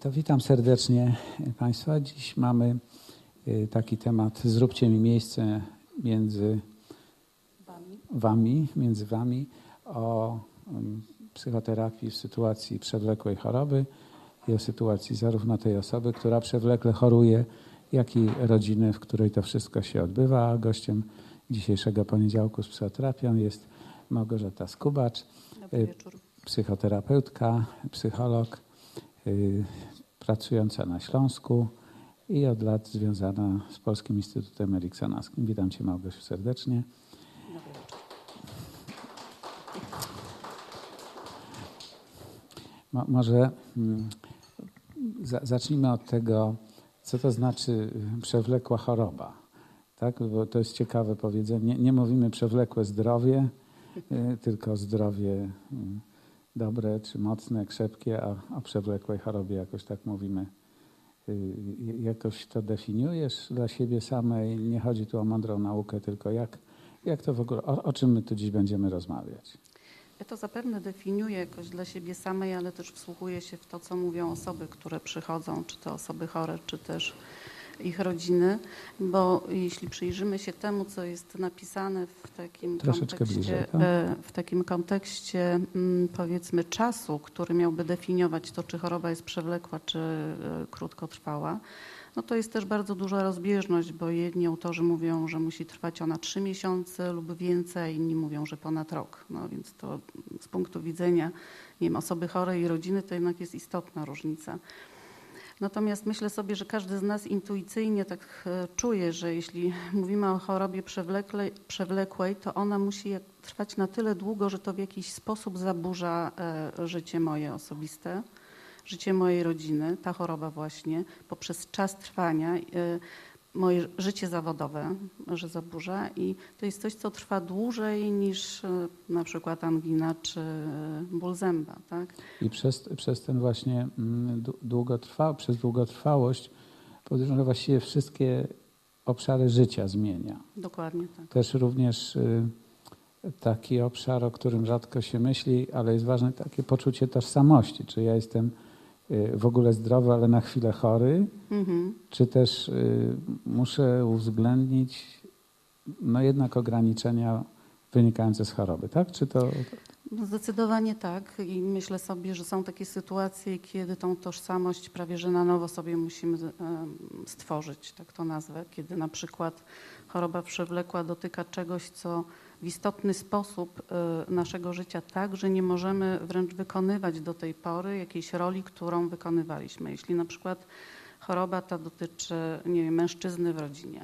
To witam serdecznie Państwa. Dziś mamy taki temat: zróbcie mi miejsce między wami o psychoterapii w sytuacji przewlekłej choroby i o sytuacji zarówno tej osoby, która przewlekle choruje, jak i rodziny, w której to wszystko się odbywa. A gościem dzisiejszego poniedziałku z psychoterapią jest Małgorzata Skubacz, psychoterapeutka, psycholog, pracująca na Śląsku i od lat związana z Polskim Instytutem Eriksonowskim. Witam Cię, Małgosiu, serdecznie. Może zacznijmy od tego, co to znaczy przewlekła choroba. Tak? Bo to jest ciekawe powiedzenie. Nie mówimy przewlekłe zdrowie, tylko zdrowie dobre czy mocne, krzepkie, a o przewlekłej chorobie jakoś tak mówimy. Jakoś to definiujesz dla siebie samej? Nie chodzi tu o mądrą naukę, tylko jak to w ogóle, o czym my tu dziś będziemy rozmawiać? Ja to zapewne definiuję jakoś dla siebie samej, ale też wsłuchuję się w to, co mówią osoby, które przychodzą, czy to osoby chore, czy też ich rodziny, bo jeśli przyjrzymy się temu, co jest napisane w takim kontekście powiedzmy czasu, który miałby definiować to, czy choroba jest przewlekła, czy krótkotrwała, no to jest też bardzo duża rozbieżność, bo jedni autorzy mówią, że musi trwać ona 3 miesiące lub więcej, a inni mówią, że ponad rok. No więc to z punktu widzenia, nie wiem, osoby chorej i rodziny to jednak jest istotna różnica. Natomiast myślę sobie, że każdy z nas intuicyjnie tak czuje, że jeśli mówimy o chorobie przewlekłej, to ona musi trwać na tyle długo, że to w jakiś sposób zaburza życie moje osobiste, życie mojej rodziny, ta choroba właśnie poprzez czas trwania, moje życie zawodowe, że zaburza i to jest coś, co trwa dłużej niż na przykład angina czy ból zęba. Tak? I przez ten właśnie przez długotrwałość podejrzewam, że właściwie wszystkie obszary życia zmienia. Dokładnie tak. Też również taki obszar, o którym rzadko się myśli, ale jest ważne takie poczucie tożsamości. Czy ja jestem w ogóle zdrowy, ale na chwilę chory, czy też muszę uwzględnić jednak ograniczenia wynikające z choroby, tak? Czy to... No zdecydowanie tak i myślę sobie, że są takie sytuacje, kiedy tą tożsamość prawie że na nowo sobie musimy stworzyć, tak to nazwę, kiedy na przykład choroba przewlekła dotyka czegoś, co w istotny sposób naszego życia tak, że nie możemy wręcz wykonywać do tej pory jakiejś roli, którą wykonywaliśmy. Jeśli na przykład choroba ta dotyczy, nie wiem, mężczyzny w rodzinie,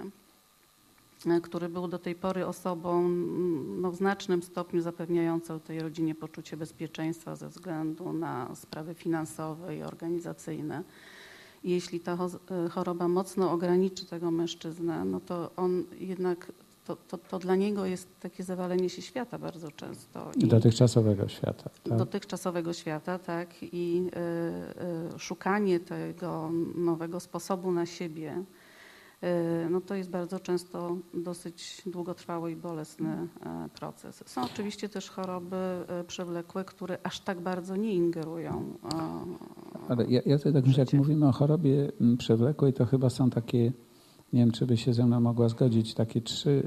który był do tej pory osobą w znacznym stopniu zapewniającą tej rodzinie poczucie bezpieczeństwa ze względu na sprawy finansowe i organizacyjne. I jeśli ta choroba mocno ograniczy tego mężczyznę, no to on jednak, to dla niego jest takie zawalenie się świata bardzo często. Dotychczasowego świata. Tak? Dotychczasowego świata, tak. I szukanie tego nowego sposobu na siebie, no to jest bardzo często dosyć długotrwały i bolesny proces. Są oczywiście też choroby przewlekłe, które aż tak bardzo nie ingerują. Ale ja sobie tak myślę, jak mówimy o chorobie przewlekłej, to chyba są takie, nie wiem, czy by się ze mną mogła zgodzić, takie 3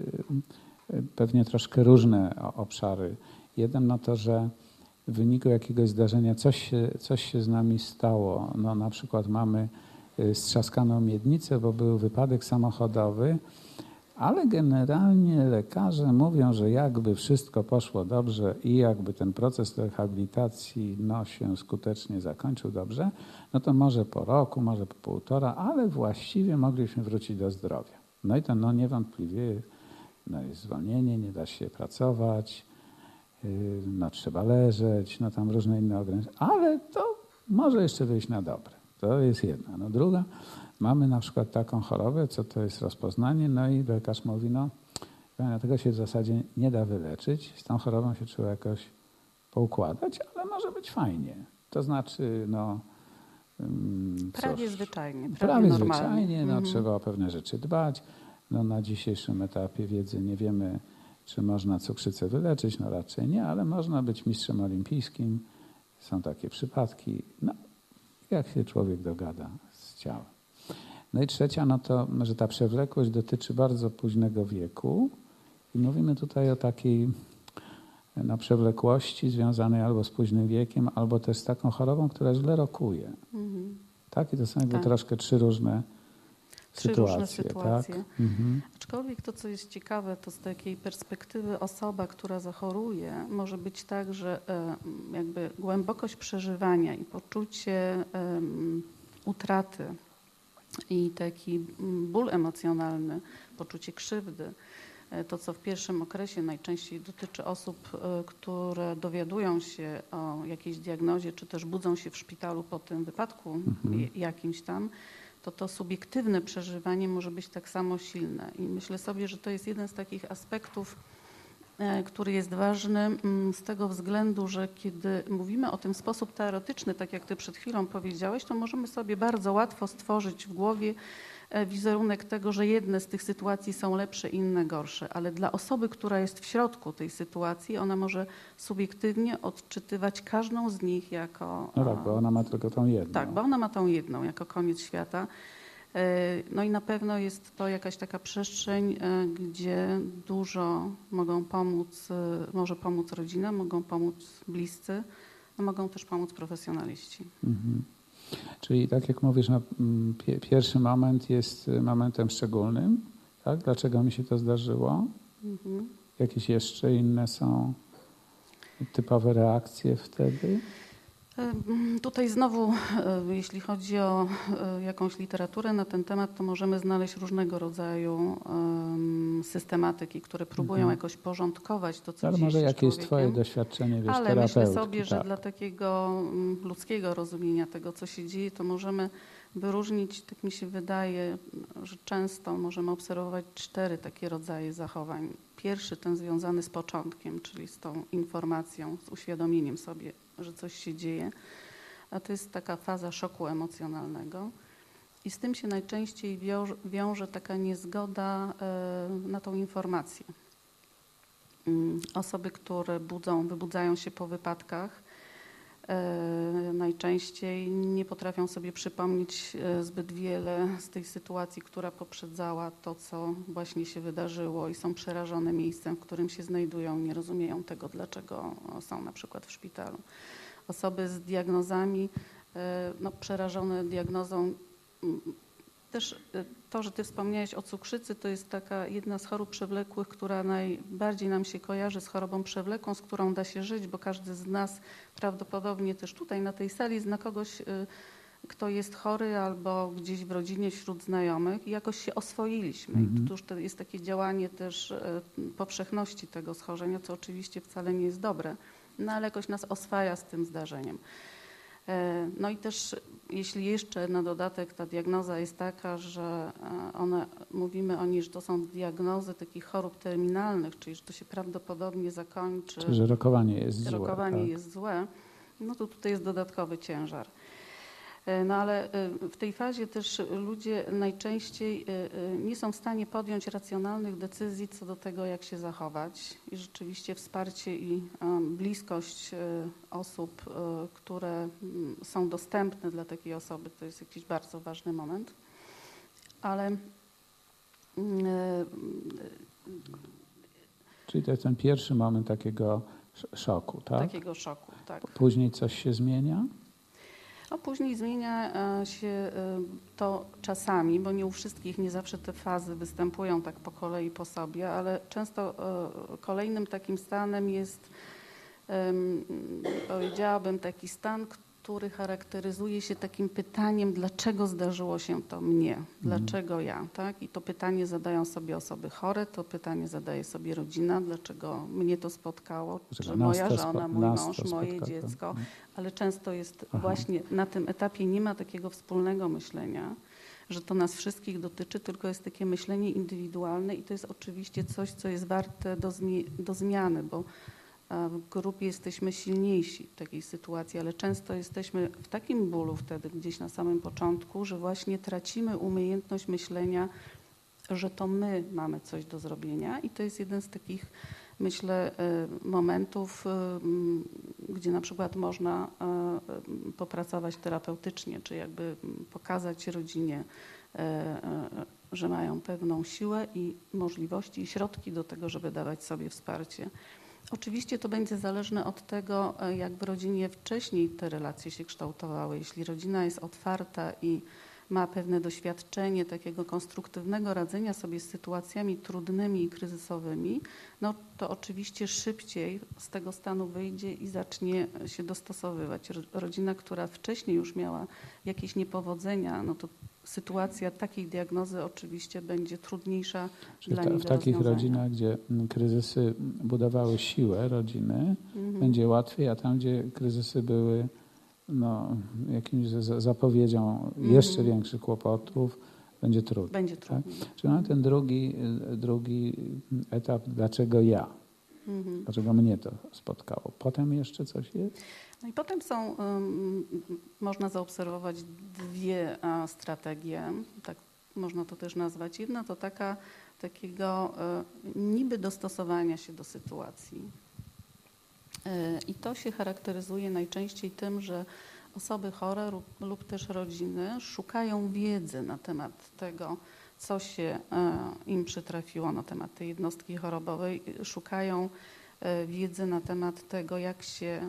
pewnie troszkę różne obszary. Jeden no to, że w wyniku jakiegoś zdarzenia coś się z nami stało. No, na przykład mamy strzaskaną miednicę, bo był wypadek samochodowy, ale generalnie lekarze mówią, że jakby wszystko poszło dobrze i jakby ten proces rehabilitacji się skutecznie zakończył dobrze, no to może po roku, może po 1,5, ale właściwie mogliśmy wrócić do zdrowia. No i to niewątpliwie jest zwolnienie, nie da się pracować, trzeba leżeć, tam różne inne ograniczenia, ale to może jeszcze wyjść na dobre. To jest jedna. No druga, mamy na przykład taką chorobę, co to jest rozpoznanie, no i lekarz mówi, tego się w zasadzie nie da wyleczyć, z tą chorobą się trzeba jakoś poukładać, ale może być fajnie. To znaczy, prawie zwyczajnie. Prawie zwyczajnie, trzeba o pewne rzeczy dbać. Na dzisiejszym etapie wiedzy nie wiemy, czy można cukrzycę wyleczyć, raczej nie, ale można być mistrzem olimpijskim. Są takie przypadki. jak się człowiek dogada z ciałem. No i trzecia, no to, że ta przewlekłość dotyczy bardzo późnego wieku i mówimy tutaj o takiej przewlekłości związanej albo z późnym wiekiem, albo też z taką chorobą, która źle rokuje. Tak? I to są jakby troszkę trzy różne sytuacje. Tak? Aczkolwiek to, co jest ciekawe, to z takiej perspektywy osoba, która zachoruje, może być tak, że jakby głębokość przeżywania i poczucie utraty i taki ból emocjonalny, poczucie krzywdy, to, co w pierwszym okresie najczęściej dotyczy osób, które dowiadują się o jakiejś diagnozie, czy też budzą się w szpitalu po tym wypadku jakimś tam, to subiektywne przeżywanie może być tak samo silne. I myślę sobie, że to jest jeden z takich aspektów, który jest ważny z tego względu, że kiedy mówimy o tym w sposób teoretyczny, tak jak ty przed chwilą powiedziałeś, to możemy sobie bardzo łatwo stworzyć w głowie wizerunek tego, że jedne z tych sytuacji są lepsze, inne gorsze, ale dla osoby, która jest w środku tej sytuacji, ona może subiektywnie odczytywać każdą z nich jako... No tak, bo ona ma tylko tą jedną. Tak, bo ona ma tą jedną jako koniec świata. No i na pewno jest to jakaś taka przestrzeń, gdzie dużo może pomóc rodzina, mogą pomóc bliscy, a mogą też pomóc profesjonaliści. Czyli tak jak mówisz, no, pierwszy moment jest momentem szczególnym. Tak? Dlaczego mi się to zdarzyło? Jakieś jeszcze inne są typowe reakcje wtedy? Tutaj znowu, jeśli chodzi o jakąś literaturę na ten temat, to możemy znaleźć różnego rodzaju systematyki, które próbują jakoś porządkować to, co dzieje się z może jakie jest człowiekiem. twoje doświadczenie, wiesz, Ale myślę sobie, tak, że dla takiego ludzkiego rozumienia tego, co się dzieje, to możemy wyróżnić, tak mi się wydaje, że często możemy obserwować 4 takie rodzaje zachowań. Pierwszy, ten związany z początkiem, czyli z tą informacją, z uświadomieniem sobie, że coś się dzieje, a to jest taka faza szoku emocjonalnego i z tym się najczęściej wiąże taka niezgoda na tą informację. Osoby, które wybudzają się po wypadkach, najczęściej nie potrafią sobie przypomnieć zbyt wiele z tej sytuacji, która poprzedzała to, co właśnie się wydarzyło i są przerażone miejscem, w którym się znajdują, nie rozumieją tego, dlaczego są na przykład w szpitalu. Osoby z diagnozami, przerażone diagnozą, też to, że ty wspomniałeś o cukrzycy, to jest taka jedna z chorób przewlekłych, która najbardziej nam się kojarzy z chorobą przewlekłą, z którą da się żyć, bo każdy z nas prawdopodobnie też tutaj na tej sali zna kogoś, kto jest chory albo gdzieś w rodzinie wśród znajomych i jakoś się oswoiliśmy. I tu już to jest takie działanie też powszechności tego schorzenia, co oczywiście wcale nie jest dobre, no ale jakoś nas oswaja z tym zdarzeniem. No i też jeśli jeszcze na dodatek ta diagnoza jest taka, że mówimy o niej, że to są diagnozy takich chorób terminalnych, czyli że to się prawdopodobnie zakończy. Czyli że rokowanie jest złe. Rokowanie jest złe, no to tutaj jest dodatkowy ciężar. No ale w tej fazie też ludzie najczęściej nie są w stanie podjąć racjonalnych decyzji co do tego, jak się zachować. I rzeczywiście wsparcie i bliskość osób, które są dostępne dla takiej osoby, to jest jakiś bardzo ważny moment. Ale czyli to jest ten pierwszy moment takiego szoku, tak? Takiego szoku, tak. Później coś się zmienia? No, później zmienia się to czasami, bo nie u wszystkich, nie zawsze te fazy występują tak po kolei po sobie, ale często kolejnym takim stanem jest, powiedziałabym, taki stan, który charakteryzuje się takim pytaniem, dlaczego zdarzyło się to mnie, dlaczego ja, tak? I to pytanie zadają sobie osoby chore, to pytanie zadaje sobie rodzina, dlaczego mnie to spotkało, czy moja żona, mój mąż, moje dziecko, ale często jest właśnie na tym etapie nie ma takiego wspólnego myślenia, że to nas wszystkich dotyczy, tylko jest takie myślenie indywidualne i to jest oczywiście coś, co jest warte do zmiany, bo w grupie jesteśmy silniejsi w takiej sytuacji, ale często jesteśmy w takim bólu wtedy gdzieś na samym początku, że właśnie tracimy umiejętność myślenia, że to my mamy coś do zrobienia i to jest jeden z takich, myślę, momentów, gdzie na przykład można popracować terapeutycznie, czy jakby pokazać rodzinie, że mają pewną siłę i możliwości i środki do tego, żeby dawać sobie wsparcie. Oczywiście to będzie zależne od tego, jak w rodzinie wcześniej te relacje się kształtowały. Jeśli rodzina jest otwarta i ma pewne doświadczenie takiego konstruktywnego radzenia sobie z sytuacjami trudnymi i kryzysowymi, no to oczywiście szybciej z tego stanu wyjdzie i zacznie się dostosowywać. Rodzina, która wcześniej już miała jakieś niepowodzenia, no to sytuacja takiej diagnozy oczywiście będzie trudniejsza dla niej do w takich rozwiązania. rodzinach, gdzie kryzysy budowały siłę rodziny, będzie łatwiej, a tam, gdzie kryzysy były jakimś zapowiedzią jeszcze większych kłopotów, będzie trudniej. Będzie trudniej. Tak? Czyli mamy ten drugi etap, dlaczego ja? Dlaczego mnie to spotkało? Potem jeszcze coś jest? No i potem są, można zaobserwować dwie strategie, tak można to też nazwać. Jedna to takiego niby dostosowania się do sytuacji. I to się charakteryzuje najczęściej tym, że osoby chore lub też rodziny szukają wiedzy na temat tego, co się im przytrafiło, na temat tej jednostki chorobowej. Szukają wiedzy na temat tego, jak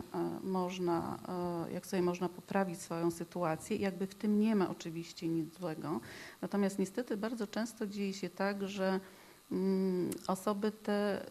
sobie można poprawić swoją sytuację. I jakby w tym nie ma oczywiście nic złego. Natomiast niestety bardzo często dzieje się tak, że osoby te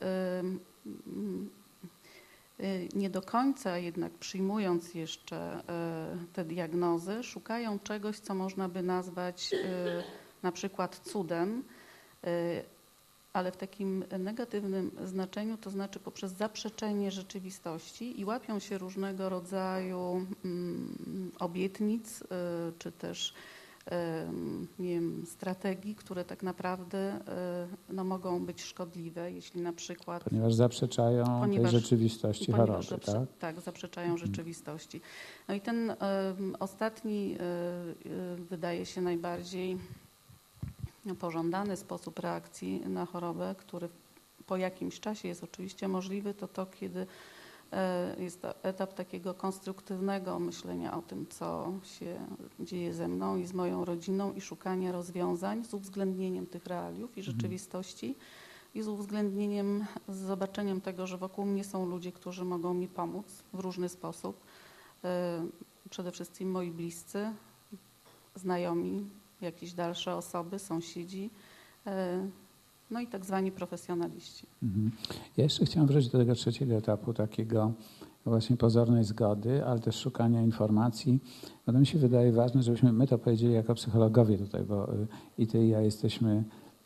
nie do końca jednak przyjmując jeszcze te diagnozy, szukają czegoś, co można by nazwać na przykład cudem, ale w takim negatywnym znaczeniu, to znaczy poprzez zaprzeczenie rzeczywistości i łapią się różnego rodzaju obietnic, czy też nie wiem, strategii, które tak naprawdę mogą być szkodliwe, jeśli na przykład... Ponieważ zaprzeczają tej rzeczywistości choroby, tak? Tak, zaprzeczają rzeczywistości. No i ten ostatni wydaje się najbardziej pożądany sposób reakcji na chorobę, który po jakimś czasie jest oczywiście możliwy, to kiedy jest to etap takiego konstruktywnego myślenia o tym, co się dzieje ze mną i z moją rodziną i szukania rozwiązań z uwzględnieniem tych realiów i rzeczywistości i z uwzględnieniem, z zobaczeniem tego, że wokół mnie są ludzie, którzy mogą mi pomóc w różny sposób. Przede wszystkim moi bliscy, znajomi, jakieś dalsze osoby, sąsiedzi, no i tak zwani profesjonaliści. Ja jeszcze chciałem wrócić do tego trzeciego etapu, takiego właśnie pozornej zgody, ale też szukania informacji. No to mi się wydaje ważne, żebyśmy my to powiedzieli jako psychologowie tutaj, bo i ty i ja jesteśmy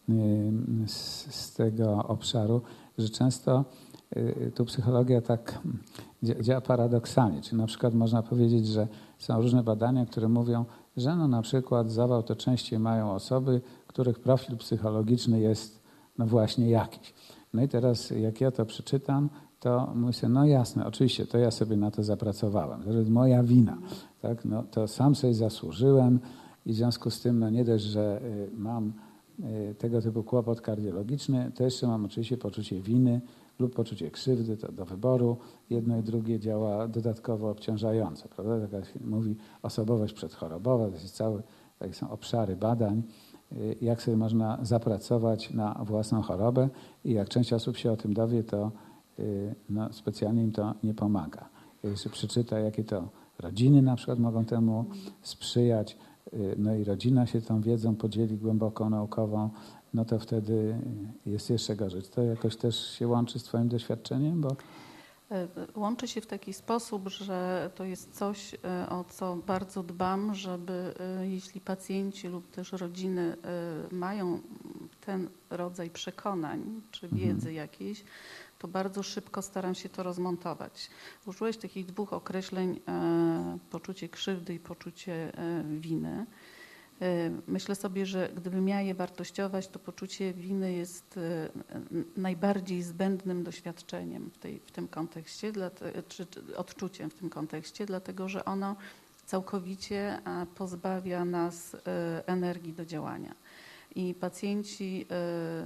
z tego obszaru, że często tu psychologia tak działa paradoksalnie. Czyli na przykład można powiedzieć, że są różne badania, które mówią, że na przykład zawał to częściej mają osoby, których profil psychologiczny jest właśnie jakiś. No i teraz jak ja to przeczytam, to mówię sobie, jasne, oczywiście, to ja sobie na to zapracowałem, to jest moja wina, tak? To sam sobie zasłużyłem i w związku z tym nie dość, że mam tego typu kłopot kardiologiczny, to jeszcze mam oczywiście poczucie winy lub poczucie krzywdy, to do wyboru. Jedno i drugie działa dodatkowo obciążająco, prawda? Taka się mówi osobowość przedchorobowa, to jest takie są obszary badań, jak sobie można zapracować na własną chorobę i jak część osób się o tym dowie, to specjalnie im to nie pomaga. Jak jeszcze przeczyta, jakie to rodziny na przykład mogą temu sprzyjać, no i rodzina się tą wiedzą podzieli głęboką, naukową, no to wtedy jest jeszcze gorzej. To jakoś też się łączy z twoim doświadczeniem? Łączy się w taki sposób, że to jest coś, o co bardzo dbam, żeby jeśli pacjenci lub też rodziny mają ten rodzaj przekonań czy wiedzy jakiejś, to bardzo szybko staram się to rozmontować. Użyłeś takich dwóch określeń, poczucie krzywdy i poczucie winy. Myślę sobie, że gdybym miała je wartościować, to poczucie winy jest najbardziej zbędnym doświadczeniem w tym kontekście, czy odczuciem w tym kontekście, dlatego że ono całkowicie pozbawia nas energii do działania. I pacjenci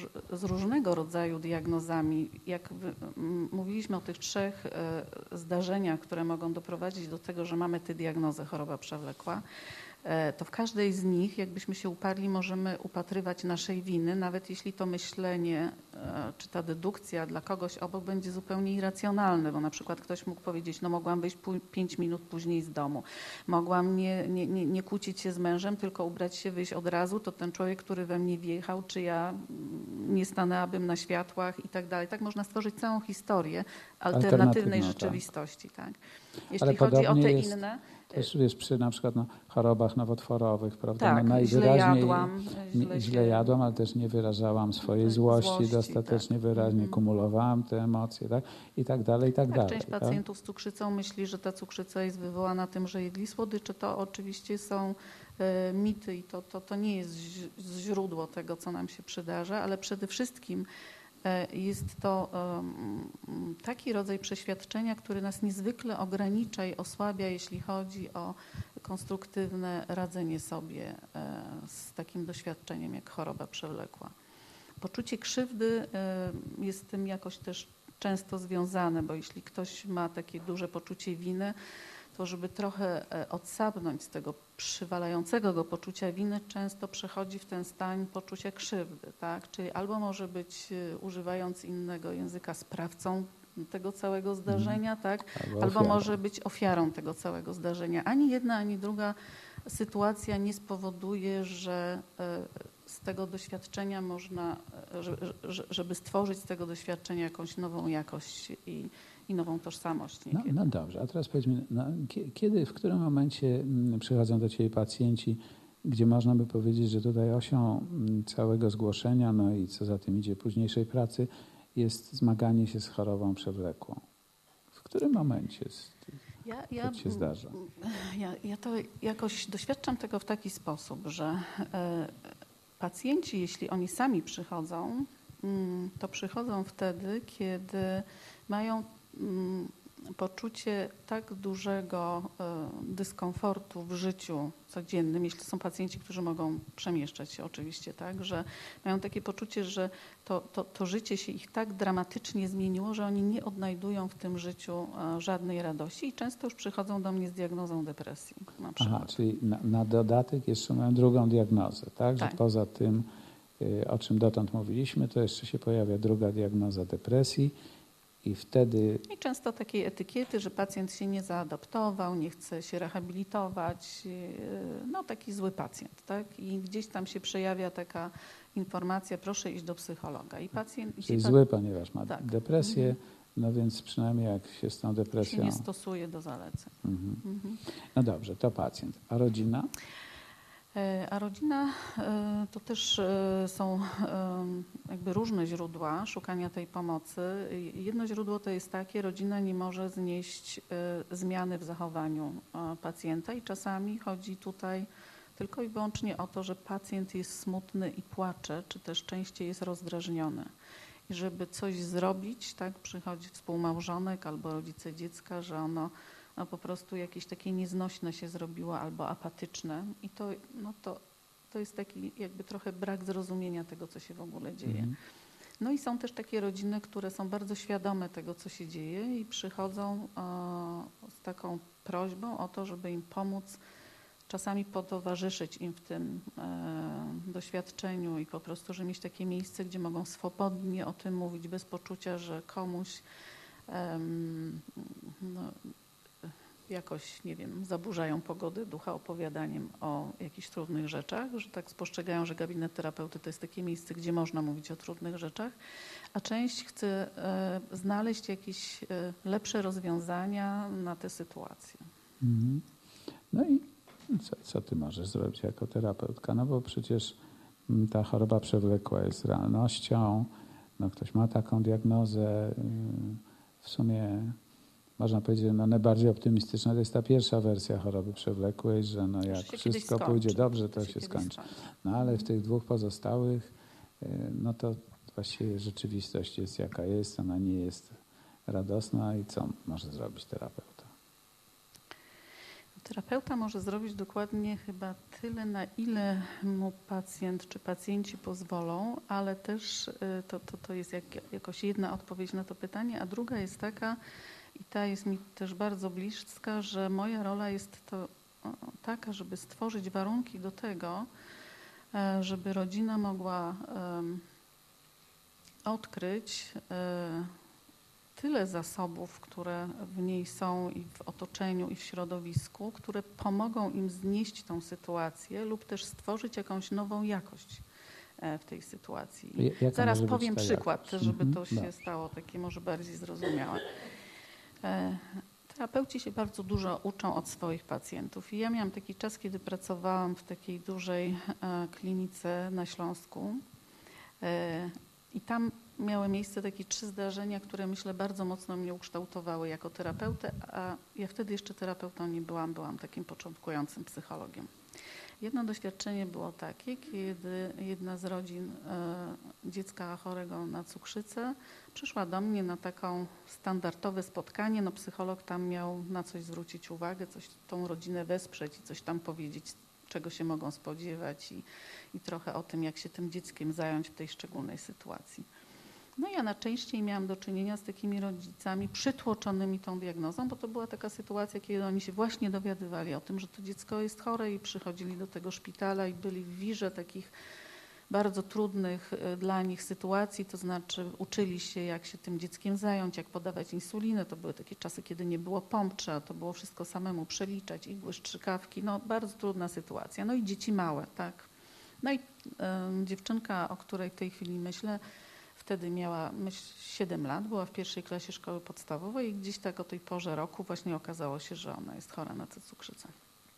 z różnego rodzaju diagnozami. Jak mówiliśmy o tych 3 zdarzeniach, które mogą doprowadzić do tego, że mamy tę diagnozę choroba przewlekła, to w każdej z nich, jakbyśmy się uparli, możemy upatrywać naszej winy, nawet jeśli to myślenie czy ta dedukcja dla kogoś obok będzie zupełnie irracjonalne, bo na przykład ktoś mógł powiedzieć, no mogłam wyjść 5 minut później z domu, mogłam nie kłócić się z mężem, tylko ubrać się, wyjść od razu, to ten człowiek, który we mnie wjechał, czy ja nie stanęłabym na światłach i tak dalej. Tak można stworzyć całą historię alternatywnej rzeczywistości. Tak. Jeśli chodzi o te inne... Też wiesz, przy na przykład chorobach nowotworowych, prawda? Tak, no najwyraźniej źle jadłam, ale też nie wyrażałam swojej złości dostatecznie wyraźnie, kumulowałam te emocje, tak? I tak dalej, i tak dalej. Część pacjentów z cukrzycą myśli, że ta cukrzyca jest wywołana tym, że jedli słodycze. To oczywiście są mity i to nie jest źródło tego, co nam się przydarza, ale przede wszystkim jest to taki rodzaj przeświadczenia, który nas niezwykle ogranicza i osłabia, jeśli chodzi o konstruktywne radzenie sobie z takim doświadczeniem jak choroba przewlekła. Poczucie krzywdy jest z tym jakoś też często związane, bo jeśli ktoś ma takie duże poczucie winy, to żeby trochę odsapnąć z tego przywalającego go poczucia winy, często przechodzi w ten stan poczucia krzywdy, tak? Czyli albo może być, używając innego języka, sprawcą tego całego zdarzenia, tak? Albo może być ofiarą tego całego zdarzenia. Ani jedna, ani druga sytuacja nie spowoduje, że z tego doświadczenia można, żeby stworzyć z tego doświadczenia jakąś nową jakość i nową tożsamość. No dobrze, a teraz powiedz mi, kiedy, w którym momencie przychodzą do Ciebie pacjenci, gdzie można by powiedzieć, że tutaj osią całego zgłoszenia, no i co za tym idzie późniejszej pracy, jest zmaganie się z chorobą przewlekłą? W którym momencie to się zdarza? Ja to jakoś doświadczam tego w taki sposób, że pacjenci, jeśli oni sami przychodzą, to przychodzą wtedy, kiedy mają poczucie tak dużego dyskomfortu w życiu codziennym, jeśli to są pacjenci, którzy mogą przemieszczać się oczywiście, tak, że mają takie poczucie, że to życie się ich tak dramatycznie zmieniło, że oni nie odnajdują w tym życiu żadnej radości i często już przychodzą do mnie z diagnozą depresji na przykład. Aha, czyli na dodatek jeszcze mają drugą diagnozę, tak? Że poza tym, o czym dotąd mówiliśmy, to jeszcze się pojawia druga diagnoza depresji. I często takiej etykiety, że pacjent się nie zaadaptował, nie chce się rehabilitować, no taki zły pacjent, tak? I gdzieś tam się przejawia taka informacja, proszę iść do psychologa. I pacjent... Czyli zły, ponieważ ma depresję, no więc przynajmniej jak się z tą depresją... Się nie stosuje do zaleceń. No dobrze, to pacjent. A rodzina? A rodzina to też są jakby różne źródła szukania tej pomocy. Jedno źródło to jest takie, rodzina nie może znieść zmiany w zachowaniu pacjenta i czasami chodzi tutaj tylko i wyłącznie o to, że pacjent jest smutny i płacze, czy też częściej jest rozdrażniony. I żeby coś zrobić, tak, przychodzi współmałżonek albo rodzice dziecka, że ono po prostu jakieś takie nieznośne się zrobiło albo apatyczne i to jest taki jakby trochę brak zrozumienia tego, co się w ogóle dzieje. No i są też takie rodziny, które są bardzo świadome tego, co się dzieje i przychodzą z taką prośbą o to, żeby im pomóc, czasami potowarzyszyć im w tym doświadczeniu i po prostu, żeby mieć takie miejsce, gdzie mogą swobodnie o tym mówić, bez poczucia, że komuś jakoś, nie wiem, zaburzają pogodę ducha opowiadaniem o jakichś trudnych rzeczach, że tak spostrzegają, że gabinet terapeuty to jest takie miejsce, gdzie można mówić o trudnych rzeczach, a część chce znaleźć jakieś lepsze rozwiązania na tę sytuację. No i co ty możesz zrobić jako terapeutka? No bo przecież ta choroba przewlekła jest realnością, no ktoś ma taką diagnozę, w sumie można powiedzieć, że najbardziej optymistyczna to jest ta pierwsza wersja choroby przewlekłej, że no jak wszystko pójdzie dobrze, to się skończy. No ale w tych dwóch pozostałych, no to właściwie rzeczywistość jest jaka jest, ona nie jest radosna i co może zrobić terapeuta? Terapeuta może zrobić dokładnie chyba tyle, na ile mu pacjent czy pacjenci pozwolą, ale też to jest jakoś jedna odpowiedź na to pytanie, a druga jest taka, i ta jest mi też bardzo bliska, że moja rola jest to taka, żeby stworzyć warunki do tego, żeby rodzina mogła odkryć tyle zasobów, które w niej są i w otoczeniu, i w środowisku, które pomogą im znieść tą sytuację lub też stworzyć jakąś nową jakość w tej sytuacji. Zaraz powiem przykład, żeby to się stało takie może bardziej zrozumiałe. Terapeuci się bardzo dużo uczą od swoich pacjentów i ja miałam taki czas, kiedy pracowałam w takiej dużej klinice na Śląsku i tam miały miejsce takie 3 zdarzenia, które myślę bardzo mocno mnie ukształtowały jako terapeutę, a ja wtedy jeszcze terapeutą nie byłam takim początkującym psychologiem. Jedno doświadczenie było takie, kiedy jedna z rodzin dziecka chorego na cukrzycę przyszła do mnie na taką standardowe spotkanie. No, psycholog tam miał na coś zwrócić uwagę, coś tą rodzinę wesprzeć i coś tam powiedzieć, czego się mogą spodziewać i trochę o tym, jak się tym dzieckiem zająć w tej szczególnej sytuacji. No ja najczęściej miałam do czynienia z takimi rodzicami przytłoczonymi tą diagnozą, bo to była taka sytuacja, kiedy oni się właśnie dowiadywali o tym, że to dziecko jest chore i przychodzili do tego szpitala i byli w wirze takich bardzo trudnych dla nich sytuacji, to znaczy uczyli się, jak się tym dzieckiem zająć, jak podawać insulinę. To były takie czasy, kiedy nie było pomp, trzeba to było wszystko samemu przeliczać, igły, strzykawki, no bardzo trudna sytuacja. No i dzieci małe, tak. No i dziewczynka, o której w tej chwili myślę, wtedy miała 7 lat, była w 1. klasie szkoły podstawowej i gdzieś tak o tej porze roku właśnie okazało się, że ona jest chora na tę cukrzycę.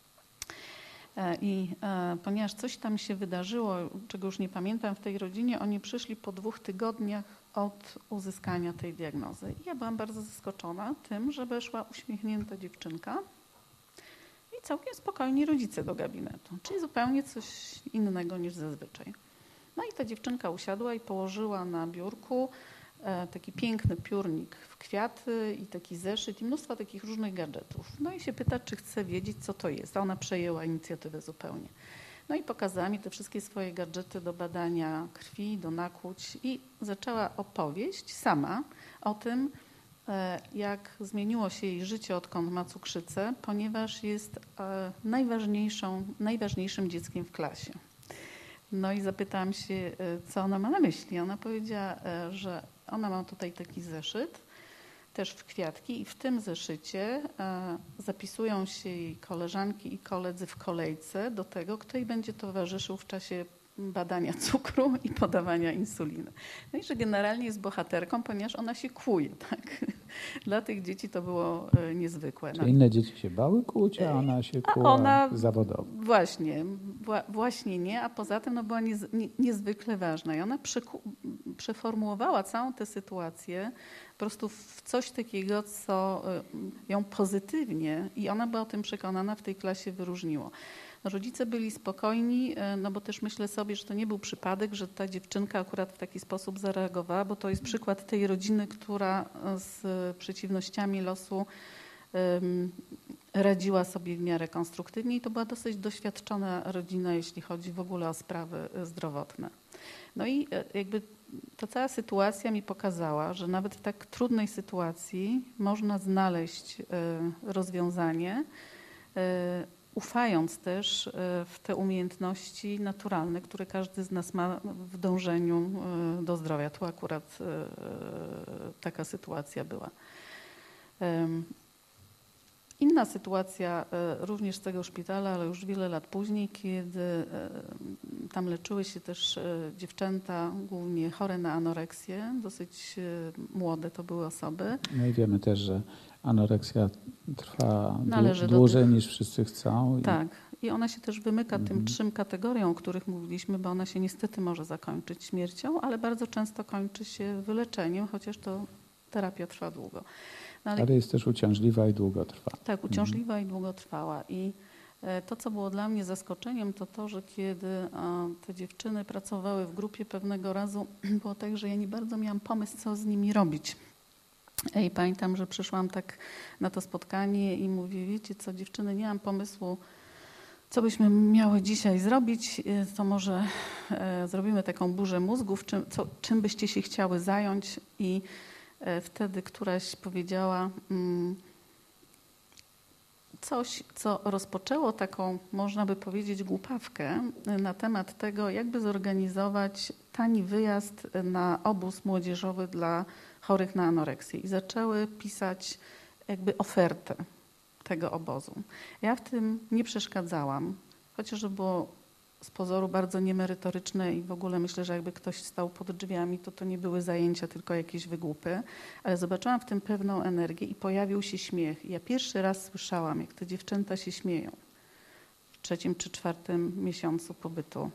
I ponieważ coś tam się wydarzyło, czego już nie pamiętam w tej rodzinie, oni przyszli po 2 tygodniach od uzyskania tej diagnozy. I ja byłam bardzo zaskoczona tym, że weszła uśmiechnięta dziewczynka i całkiem spokojni rodzice do gabinetu, czyli zupełnie coś innego niż zazwyczaj. No i ta dziewczynka usiadła i położyła na biurku taki piękny piórnik w kwiaty i taki zeszyt i mnóstwo takich różnych gadżetów. No i się pyta, czy chce wiedzieć, co to jest. A ona przejęła inicjatywę zupełnie. No i pokazała mi te wszystkie swoje gadżety do badania krwi, do nakłuć i zaczęła opowieść sama o tym, jak zmieniło się jej życie, odkąd ma cukrzycę, ponieważ jest najważniejszym dzieckiem w klasie. No i zapytałam się, co ona ma na myśli. Ona powiedziała, że ona ma tutaj taki zeszyt, też w kwiatki i w tym zeszycie zapisują się jej koleżanki i koledzy w kolejce do tego, kto jej będzie towarzyszył w czasie badania cukru i podawania insuliny. No i że generalnie jest bohaterką, ponieważ ona się kłuje, tak? Dla tych dzieci to było niezwykłe. Czy inne dzieci się bały kłuć, a ona się kłuła zawodowo? Właśnie nie, a poza tym była niezwykle ważna. I ona przeformułowała całą tę sytuację po prostu w coś takiego, co ją pozytywnie i ona była o tym przekonana, w tej klasie wyróżniło. No, rodzice byli spokojni, no bo też myślę sobie, że to nie był przypadek, że ta dziewczynka akurat w taki sposób zareagowała, bo to jest przykład tej rodziny, która z przeciwnościami losu radziła sobie w miarę konstruktywnie i to była dosyć doświadczona rodzina, jeśli chodzi w ogóle o sprawy zdrowotne. No i jakby ta cała sytuacja mi pokazała, że nawet w tak trudnej sytuacji można znaleźć rozwiązanie, ufając też w te umiejętności naturalne, które każdy z nas ma w dążeniu do zdrowia. Tu akurat taka sytuacja była. Inna sytuacja również z tego szpitala, ale już wiele lat później, kiedy tam leczyły się też dziewczęta głównie chore na anoreksję, dosyć młode to były osoby. No i wiemy też, że anoreksja trwa dłużej niż wszyscy chcą. Tak. I ona się też wymyka tym 3 kategoriom, o których mówiliśmy, bo ona się niestety może zakończyć śmiercią, ale bardzo często kończy się wyleczeniem, chociaż to terapia trwa długo. No, ale jest też uciążliwa i długo trwa. Tak, uciążliwa i długotrwała. I to, co było dla mnie zaskoczeniem, to to, że kiedy te dziewczyny pracowały w grupie pewnego razu, było tak, że ja nie bardzo miałam pomysł, co z nimi robić. I pamiętam, że przyszłam tak na to spotkanie i mówię, wiecie co, dziewczyny, nie mam pomysłu, co byśmy miały dzisiaj zrobić, to może zrobimy taką burzę mózgów, czym byście się chciały zająć. I wtedy któraś powiedziała coś, co rozpoczęło taką, można by powiedzieć, głupawkę na temat tego, jakby zorganizować tani wyjazd na obóz młodzieżowy dla chorych na anoreksję. I zaczęły pisać jakby ofertę tego obozu. Ja w tym nie przeszkadzałam, chociaż było z pozoru bardzo niemerytoryczne i w ogóle myślę, że jakby ktoś stał pod drzwiami, to nie były zajęcia, tylko jakieś wygłupy, ale zobaczyłam w tym pewną energię i pojawił się śmiech. I ja pierwszy raz słyszałam, jak te dziewczęta się śmieją w 3. czy 4. miesiącu pobytu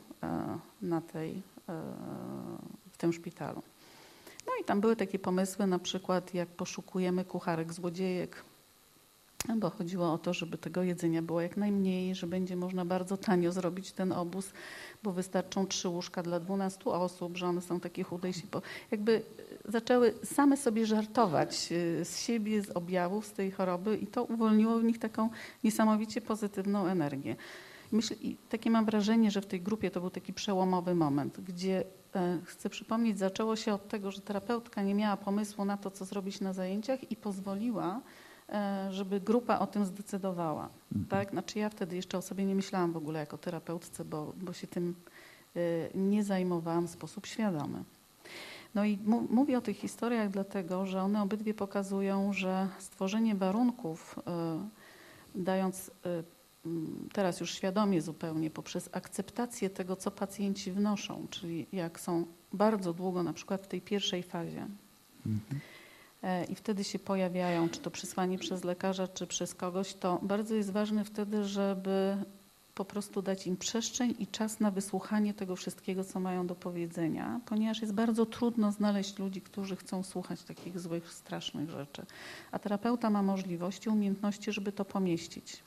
w tym szpitalu. No i tam były takie pomysły, na przykład jak poszukujemy kucharek złodziejek, bo chodziło o to, żeby tego jedzenia było jak najmniej, że będzie można bardzo tanio zrobić ten obóz, bo wystarczą 3 łóżka dla 12 osób, że one są takie chude i się jakby zaczęły same sobie żartować z siebie, z objawów, z tej choroby i to uwolniło w nich taką niesamowicie pozytywną energię. I takie mam wrażenie, że w tej grupie to był taki przełomowy moment, gdzie chcę przypomnieć, zaczęło się od tego, że terapeutka nie miała pomysłu na to, co zrobić na zajęciach i pozwoliła, żeby grupa o tym zdecydowała. Tak? Znaczy ja wtedy jeszcze o sobie nie myślałam w ogóle jako terapeutce, bo się tym nie zajmowałam w sposób świadomy. No i mówię o tych historiach dlatego, że one obydwie pokazują, że stworzenie warunków, dając teraz już świadomie zupełnie poprzez akceptację tego, co pacjenci wnoszą, czyli jak są bardzo długo na przykład w tej pierwszej fazie, i wtedy się pojawiają, czy to przesłanie przez lekarza, czy przez kogoś, to bardzo jest ważne wtedy, żeby po prostu dać im przestrzeń i czas na wysłuchanie tego wszystkiego, co mają do powiedzenia, ponieważ jest bardzo trudno znaleźć ludzi, którzy chcą słuchać takich złych, strasznych rzeczy. A terapeuta ma możliwości, umiejętności, żeby to pomieścić.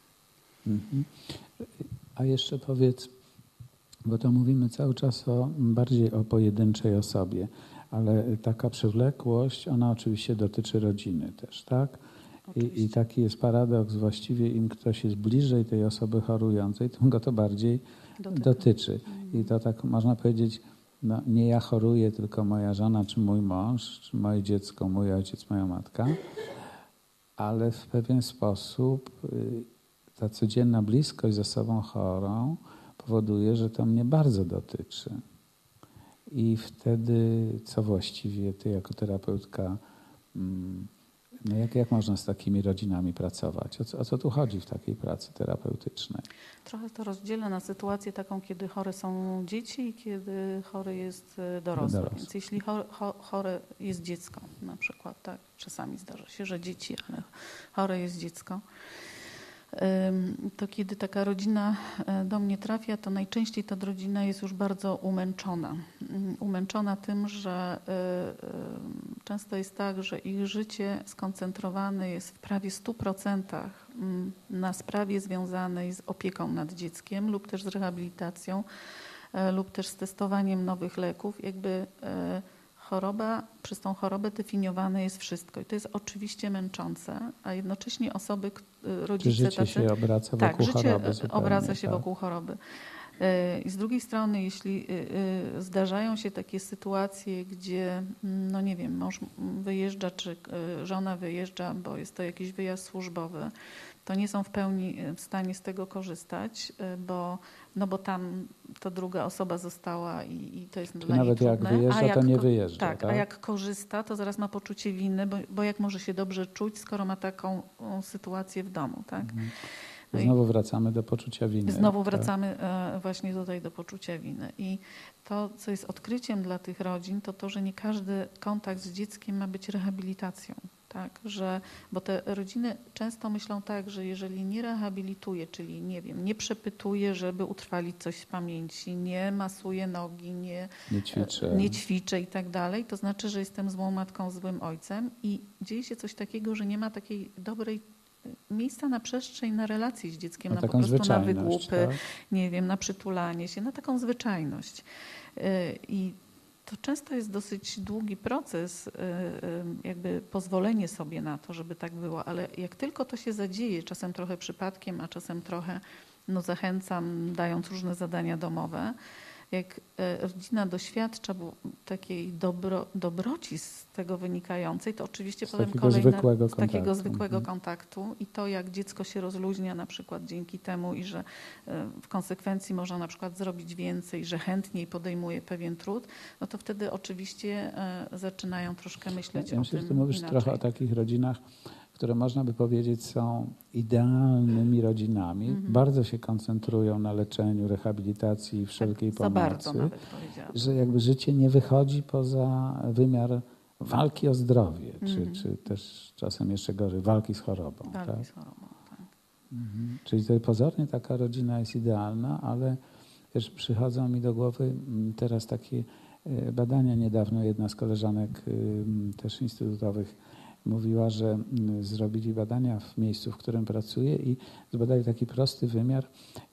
A jeszcze powiedz, bo to mówimy cały czas bardziej o pojedynczej osobie, ale taka przewlekłość, ona oczywiście dotyczy rodziny też, tak? I taki jest paradoks, właściwie im ktoś jest bliżej tej osoby chorującej, tym go to bardziej dotyczy. I to tak można powiedzieć, no, nie ja choruję, tylko moja żona, czy mój mąż, czy moje dziecko, mój ojciec, moja matka, ale w pewien sposób ta codzienna bliskość z osobą chorą powoduje, że to mnie bardzo dotyczy. I wtedy co właściwie ty jako terapeutka, no jak można z takimi rodzinami pracować? O co tu chodzi w takiej pracy terapeutycznej? Trochę to rozdzielę na sytuację taką, kiedy chore są dzieci i kiedy chory jest dorosły. Więc jeśli chore jest dziecko na przykład, tak, czasami zdarza się, że dzieci, ale chore jest dziecko, to kiedy taka rodzina do mnie trafia, to najczęściej ta rodzina jest już bardzo umęczona. Umęczona tym, że często jest tak, że ich życie skoncentrowane jest w prawie 100% na sprawie związanej z opieką nad dzieckiem lub też z rehabilitacją lub też z testowaniem nowych leków. Jakby przez tą chorobę definiowane jest wszystko. I to jest oczywiście męczące, a jednocześnie rodzice życie tacy... się obraca wokół choroby. Życie obraca się wokół choroby. I z drugiej strony, jeśli zdarzają się takie sytuacje, gdzie, no nie wiem, mąż wyjeżdża, czy żona wyjeżdża, bo jest to jakiś wyjazd służbowy, to nie są w pełni w stanie z tego korzystać, bo tam ta druga osoba została i to jest dla niej trudne. Nawet jak wyjeżdża, to nie wyjeżdża. Tak, a jak korzysta, to zaraz ma poczucie winy, bo jak może się dobrze czuć, skoro ma taką sytuację w domu, tak? Znowu wracamy do poczucia winy. Znowu wracamy właśnie tutaj do poczucia winy. I to, co jest odkryciem dla tych rodzin, to że nie każdy kontakt z dzieckiem ma być rehabilitacją. Tak, bo te rodziny często myślą tak, że jeżeli nie rehabilituje, czyli nie wiem, nie przepytuje, żeby utrwalić coś w pamięci, nie masuje nogi, nie ćwiczę i tak dalej, to znaczy, że jestem złą matką, złym ojcem i dzieje się coś takiego, że nie ma takiej dobrej miejsca na przestrzeń, na relacje z dzieckiem, na po prostu na wygłupy, tak? Nie wiem, na przytulanie się, na taką zwyczajność. I To często jest dosyć długi proces, jakby pozwolenie sobie na to, żeby tak było, ale jak tylko to się zadzieje, czasem trochę przypadkiem, a czasem trochę zachęcam, dając różne zadania domowe, jak rodzina doświadcza takiej dobroci z tego wynikającej, to oczywiście potem z takiego zwykłego kontaktu i to, jak dziecko się rozluźnia na przykład dzięki temu i że w konsekwencji można na przykład zrobić więcej, że chętniej podejmuje pewien trud, no to wtedy oczywiście zaczynają troszkę myśleć o tym. Myślę, że ty mówisz trochę o takich rodzinach, które można by powiedzieć są idealnymi rodzinami. Bardzo się koncentrują na leczeniu, rehabilitacji, wszelkiej pomocy. Za bardzo nawet powiedziałabym. Że jakby życie nie wychodzi poza wymiar walki o zdrowie, czy też czasem jeszcze gorzej, walki z chorobą. Walki z chorobą, tak. Czyli tutaj pozornie taka rodzina jest idealna, ale też przychodzą mi do głowy teraz takie badania niedawno. Jedna z koleżanek też instytutowych mówiła, że zrobili badania w miejscu, w którym pracuje i zbadali taki prosty wymiar,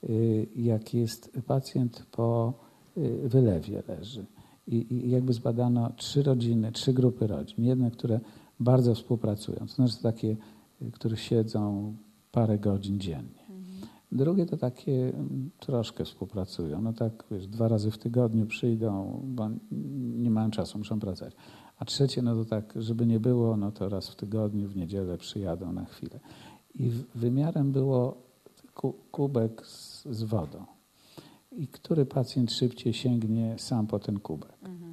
jak jest pacjent po wylewie leży. I jakby zbadano 3 rodziny, 3 grupy rodzin. Jedne, które bardzo współpracują, to znaczy takie, które siedzą parę godzin dziennie. Drugie to takie troszkę współpracują. No tak, wiesz, 2 razy w tygodniu przyjdą, bo nie mają czasu, muszą pracować. A trzecie, no to tak, żeby nie było, no to raz w tygodniu, w niedzielę przyjadą na chwilę. I wymiarem było kubek z wodą. I który pacjent szybciej sięgnie sam po ten kubek.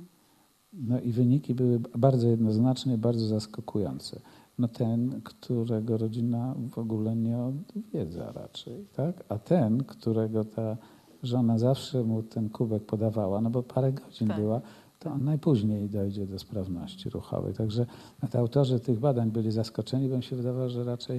No i wyniki były bardzo jednoznaczne, bardzo zaskakujące. No ten, którego rodzina w ogóle nie odwiedza raczej, tak? A ten, którego ta żona zawsze mu ten kubek podawała, no bo parę godzin była, to on najpóźniej dojdzie do sprawności ruchowej. Także autorzy tych badań byli zaskoczeni, bo mi się wydawało, że raczej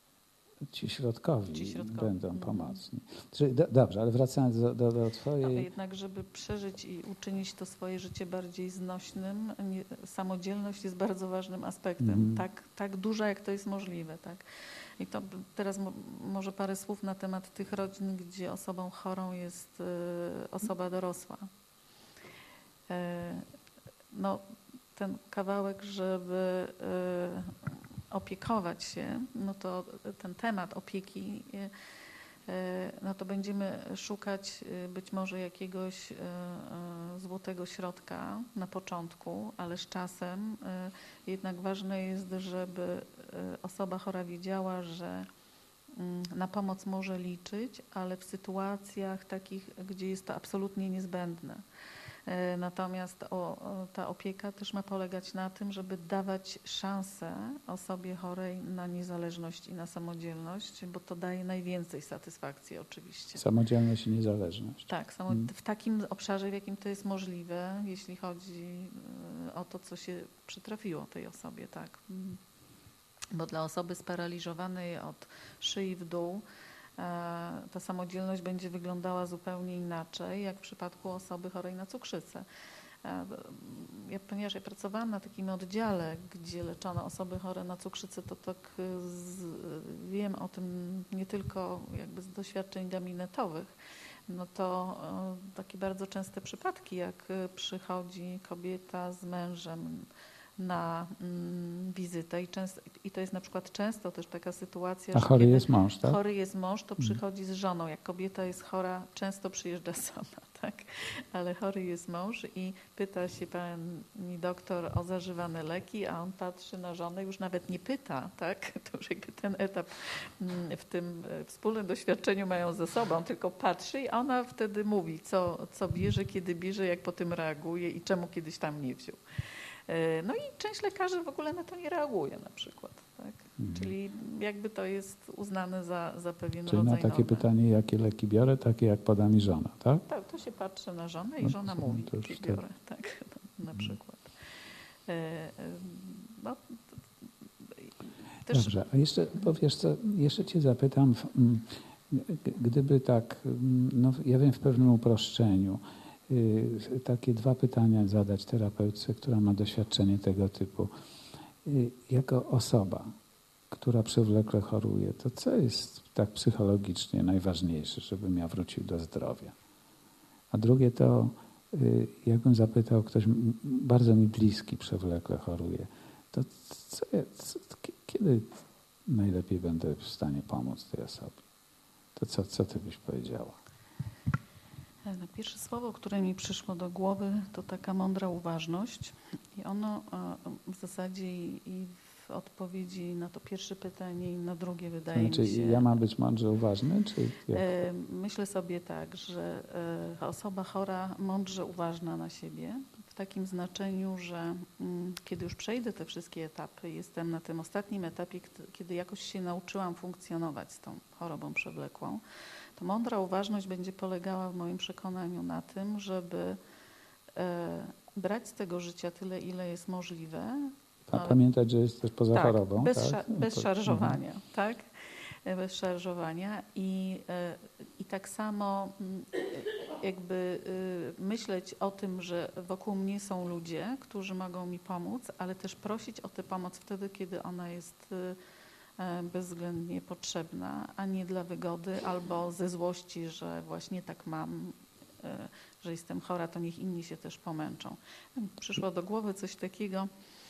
ci środkowi będą pomocni. Czyli dobrze, ale wracając do twojej... No, jednak, żeby przeżyć i uczynić to swoje życie bardziej znośnym, samodzielność jest bardzo ważnym aspektem. Tak duża, jak to jest możliwe. Tak? I to teraz może parę słów na temat tych rodzin, gdzie osobą chorą jest osoba dorosła. No, ten kawałek, żeby opiekować się, no to ten temat opieki, no to będziemy szukać być może jakiegoś złotego środka na początku, ale z czasem jednak ważne jest, żeby osoba chora wiedziała, że na pomoc może liczyć, ale w sytuacjach takich, gdzie jest to absolutnie niezbędne. Natomiast ta opieka też ma polegać na tym, żeby dawać szansę osobie chorej na niezależność i na samodzielność, bo to daje najwięcej satysfakcji oczywiście. Samodzielność i niezależność. Tak, w takim obszarze, w jakim to jest możliwe, jeśli chodzi o to, co się przytrafiło tej osobie, tak. Bo dla osoby sparaliżowanej od szyi w dół ta samodzielność będzie wyglądała zupełnie inaczej, jak w przypadku osoby chorej na cukrzycę. Ponieważ ja pracowałam na takim oddziale, gdzie leczono osoby chore na cukrzycę, to tak wiem o tym nie tylko jakby z doświadczeń gabinetowych. No to takie bardzo częste przypadki, jak przychodzi kobieta z mężem na wizytę i to jest na przykład często też taka sytuacja, że chory jest mąż, tak? Chory jest mąż, to przychodzi z żoną. Jak kobieta jest chora, często przyjeżdża sama, tak? Ale chory jest mąż i pyta się pani doktor o zażywane leki, a on patrzy na żonę, już nawet nie pyta, tak? To już jakby ten etap w tym wspólnym doświadczeniu mają ze sobą, tylko patrzy, a ona wtedy mówi, co bierze, kiedy bierze, jak po tym reaguje i czemu kiedyś tam nie wziął. No i część lekarzy w ogóle na to nie reaguje na przykład. Tak? Czyli jakby to jest uznane za pewien Czyli rodzaj na takie normy. pytanie, jakie leki biorę, takie jak poda mi żona, tak? Tak, to się patrzy na żonę i żona mówi, jakie biorę, tak, na przykład. No, też... Dobrze, a jeszcze powiesz co, jeszcze cię zapytam, gdyby tak, no ja wiem w pewnym uproszczeniu, takie 2 pytania zadać terapeutce, która ma doświadczenie tego typu. Jako osoba, która przewlekle choruje, to co jest tak psychologicznie najważniejsze, żebym ja wrócił do zdrowia? A drugie to, jakbym zapytał, ktoś bardzo mi bliski przewlekle choruje, to kiedy najlepiej będę w stanie pomóc tej osobie? To co ty byś powiedziała? Pierwsze słowo, które mi przyszło do głowy, to taka mądra uważność. I ono w zasadzie i w odpowiedzi na to pierwsze pytanie i na drugie wydaje mi się... ja mam być mądrze uważny? Czy jak? Myślę sobie tak, że osoba chora mądrze uważna na siebie, w takim znaczeniu, że kiedy już przejdę te wszystkie etapy, jestem na tym ostatnim etapie, kiedy jakoś się nauczyłam funkcjonować z tą chorobą przewlekłą, to mądra uważność będzie polegała w moim przekonaniu na tym, żeby brać z tego życia tyle, ile jest możliwe. Pamiętać, że jest też poza chorobą. Bez szarżowania, tak? Bez szarżowania i tak samo jakby myśleć o tym, że wokół mnie są ludzie, którzy mogą mi pomóc, ale też prosić o tę pomoc wtedy, kiedy ona jest bezwzględnie potrzebna, a nie dla wygody albo ze złości, że właśnie tak mam, że jestem chora, to niech inni się też pomęczą. Przyszło do głowy coś takiego.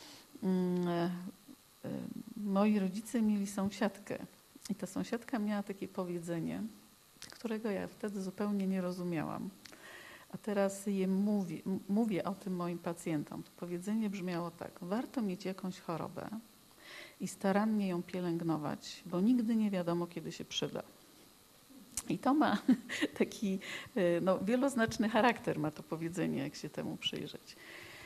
Moi rodzice mieli sąsiadkę i ta sąsiadka miała takie powiedzenie, którego ja wtedy zupełnie nie rozumiałam. A teraz mówię o tym moim pacjentom. To powiedzenie brzmiało tak: warto mieć jakąś chorobę i starannie ją pielęgnować, bo nigdy nie wiadomo, kiedy się przyda. I to ma taki wieloznaczny charakter, ma to powiedzenie, jak się temu przyjrzeć.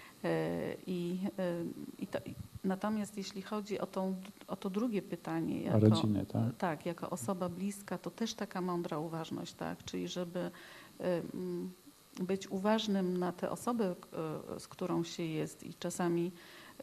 Natomiast jeśli chodzi o to drugie pytanie, o rodzinę, tak? Tak, jako osoba bliska, to też taka mądra uważność, tak? Czyli żeby być uważnym na tę osobę, z którą się jest i czasami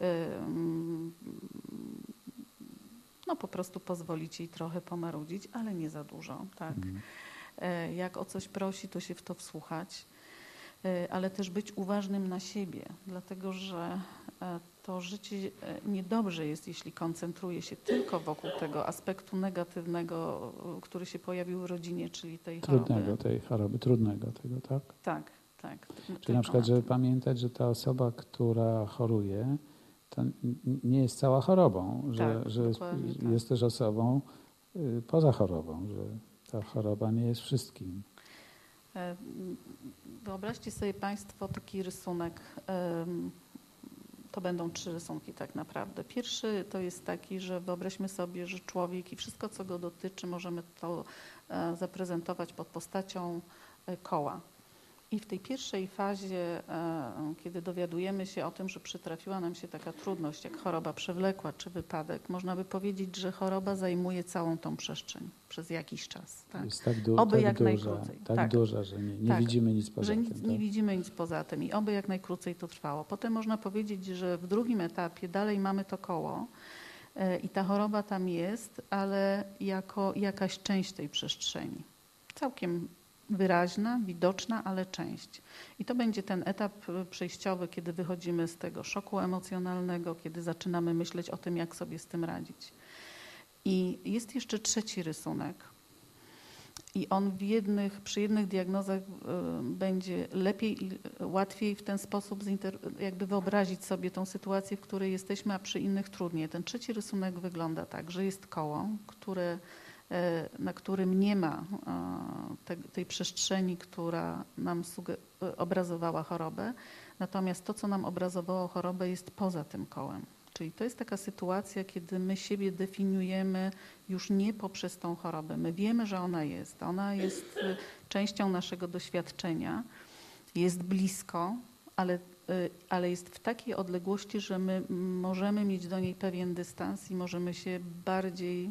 po prostu pozwolić jej trochę pomarudzić, ale nie za dużo, tak? Jak o coś prosi, to się w to wsłuchać, ale też być uważnym na siebie, dlatego że to życie niedobrze jest, jeśli koncentruje się tylko wokół tego aspektu negatywnego, który się pojawił w rodzinie, czyli tej choroby. Trudnego tego, tak? Tak. Czyli na przykład, żeby pamiętać, że ta osoba, która choruje, to nie jest cała chorobą, że jest też osobą poza chorobą, że ta choroba nie jest wszystkim. Wyobraźcie sobie Państwo taki rysunek. To będą 3 rysunki tak naprawdę. Pierwszy to jest taki, że wyobraźmy sobie, że człowiek i wszystko, co go dotyczy, możemy to zaprezentować pod postacią koła. I w tej pierwszej fazie, kiedy dowiadujemy się o tym, że przytrafiła nam się taka trudność, jak choroba przewlekła czy wypadek, można by powiedzieć, że choroba zajmuje całą tą przestrzeń przez jakiś czas. Tak? Jest tak najkrócej. Tak duża, że nie widzimy nic poza tym. Nie widzimy nic poza tym i oby jak najkrócej to trwało. Potem można powiedzieć, że w drugim etapie dalej mamy to koło i ta choroba tam jest, ale jako jakaś część tej przestrzeni. Całkiem wyraźna, widoczna, ale część. I to będzie ten etap przejściowy, kiedy wychodzimy z tego szoku emocjonalnego, kiedy zaczynamy myśleć o tym, jak sobie z tym radzić. I jest jeszcze trzeci rysunek. I on przy jednych diagnozach będzie lepiej i łatwiej w ten sposób jakby wyobrazić sobie tą sytuację, w której jesteśmy, a przy innych trudniej. Ten trzeci rysunek wygląda tak, że jest koło, na którym nie ma tej przestrzeni, która nam obrazowała chorobę. Natomiast to, co nam obrazowało chorobę, jest poza tym kołem. Czyli to jest taka sytuacja, kiedy my siebie definiujemy już nie poprzez tą chorobę. My wiemy, że ona jest. Ona jest częścią naszego doświadczenia, jest blisko, ale jest w takiej odległości, że my możemy mieć do niej pewien dystans i możemy się bardziej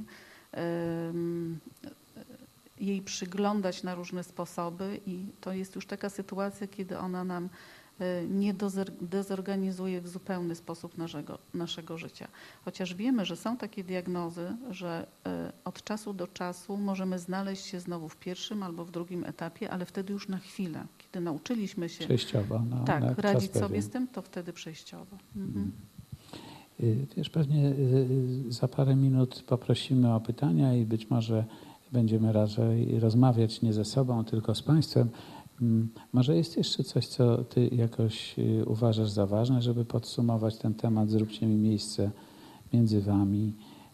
jej przyglądać na różne sposoby i to jest już taka sytuacja, kiedy ona nam nie dezorganizuje w zupełny sposób naszego życia. Chociaż wiemy, że są takie diagnozy, że od czasu do czasu możemy znaleźć się znowu w pierwszym albo w drugim etapie, ale wtedy już na chwilę, kiedy nauczyliśmy się przejściowo, radzić sobie z tym, to wtedy przejściowo. Wiesz, pewnie za parę minut poprosimy o pytania i być może będziemy raczej rozmawiać nie ze sobą, tylko z Państwem. Może jest jeszcze coś, co ty jakoś uważasz za ważne, żeby podsumować ten temat? Zróbcie mi miejsce między wami.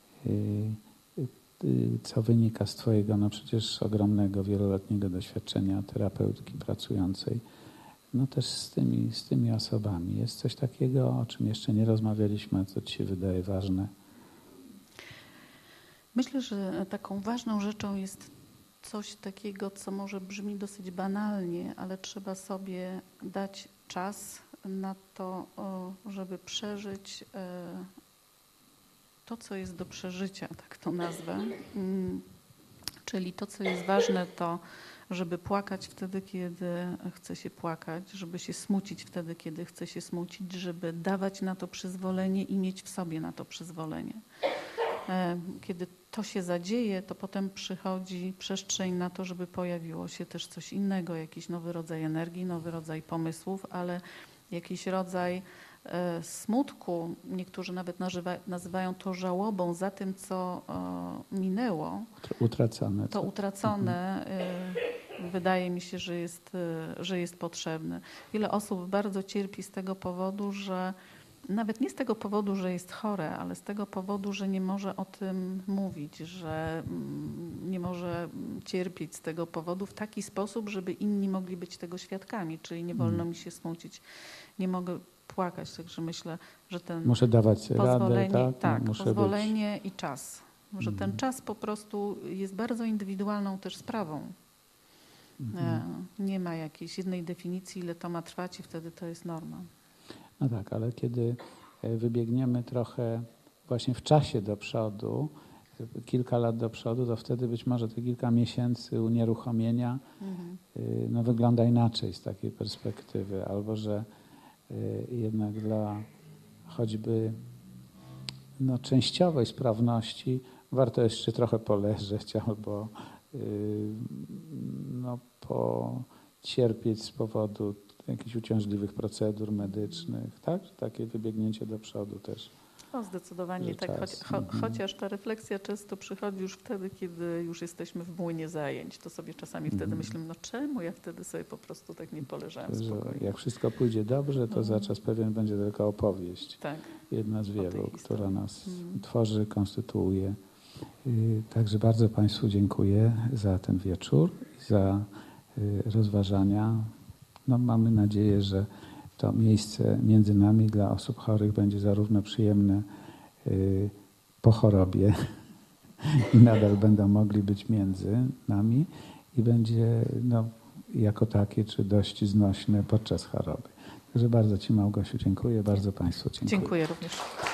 Co wynika z twojego, no przecież ogromnego, wieloletniego doświadczenia terapeutki pracującej, no też z tymi osobami. Jest coś takiego, o czym jeszcze nie rozmawialiśmy, co ci się wydaje ważne? Myślę, że taką ważną rzeczą jest coś takiego, co może brzmi dosyć banalnie, ale trzeba sobie dać czas na to, żeby przeżyć to, co jest do przeżycia, tak to nazwę. Czyli to, co jest ważne, to żeby płakać wtedy, kiedy chce się płakać, żeby się smucić wtedy, kiedy chce się smucić, żeby dawać na to przyzwolenie i mieć w sobie na to przyzwolenie. Kiedy to się zadzieje, to potem przychodzi przestrzeń na to, żeby pojawiło się też coś innego, jakiś nowy rodzaj energii, nowy rodzaj pomysłów, ale jakiś rodzaj smutku. Niektórzy nawet nazywają to żałobą za tym, co minęło. Utracone. To utracone wydaje mi się, że jest potrzebne. Wiele osób bardzo cierpi z tego powodu, że nawet nie z tego powodu, że jest chore, ale z tego powodu, że nie może o tym mówić, że nie może cierpieć z tego powodu w taki sposób, żeby inni mogli być tego świadkami, czyli nie wolno mi się smucić, nie mogę płakać, także myślę, że ten muszę dawać pozwolenie, radę, tak? Muszę pozwolenie i czas, że ten czas po prostu jest bardzo indywidualną też sprawą. Nie ma jakiejś jednej definicji, ile to ma trwać i wtedy to jest norma. No tak, ale kiedy wybiegniemy trochę właśnie w czasie do przodu, kilka lat do przodu, to wtedy być może te kilka miesięcy unieruchomienia no, wygląda inaczej z takiej perspektywy. Albo że jednak dla choćby no, częściowej sprawności warto jeszcze trochę poleżeć albo no, pocierpieć z powodu jakichś uciążliwych procedur medycznych, tak? Takie wybiegnięcie do przodu też. No, zdecydowanie tak, chociaż ta refleksja często przychodzi już wtedy, kiedy już jesteśmy w młynie zajęć. To sobie czasami wtedy myślimy, no czemu ja wtedy sobie po prostu tak nie poleżałem spokojnie. Jak wszystko pójdzie dobrze, to za czas pewien będzie tylko opowieść. Tak. Jedna z wielu, która nas tworzy, konstytuuje. Także bardzo Państwu dziękuję za ten wieczór i za rozważania. No, mamy nadzieję, że to miejsce między nami dla osób chorych będzie zarówno przyjemne po chorobie i nadal będą mogli być między nami i będzie no, jako takie czy dość znośne podczas choroby. Także bardzo Ci, Małgosiu, dziękuję, bardzo Państwu dziękuję. Dziękuję również.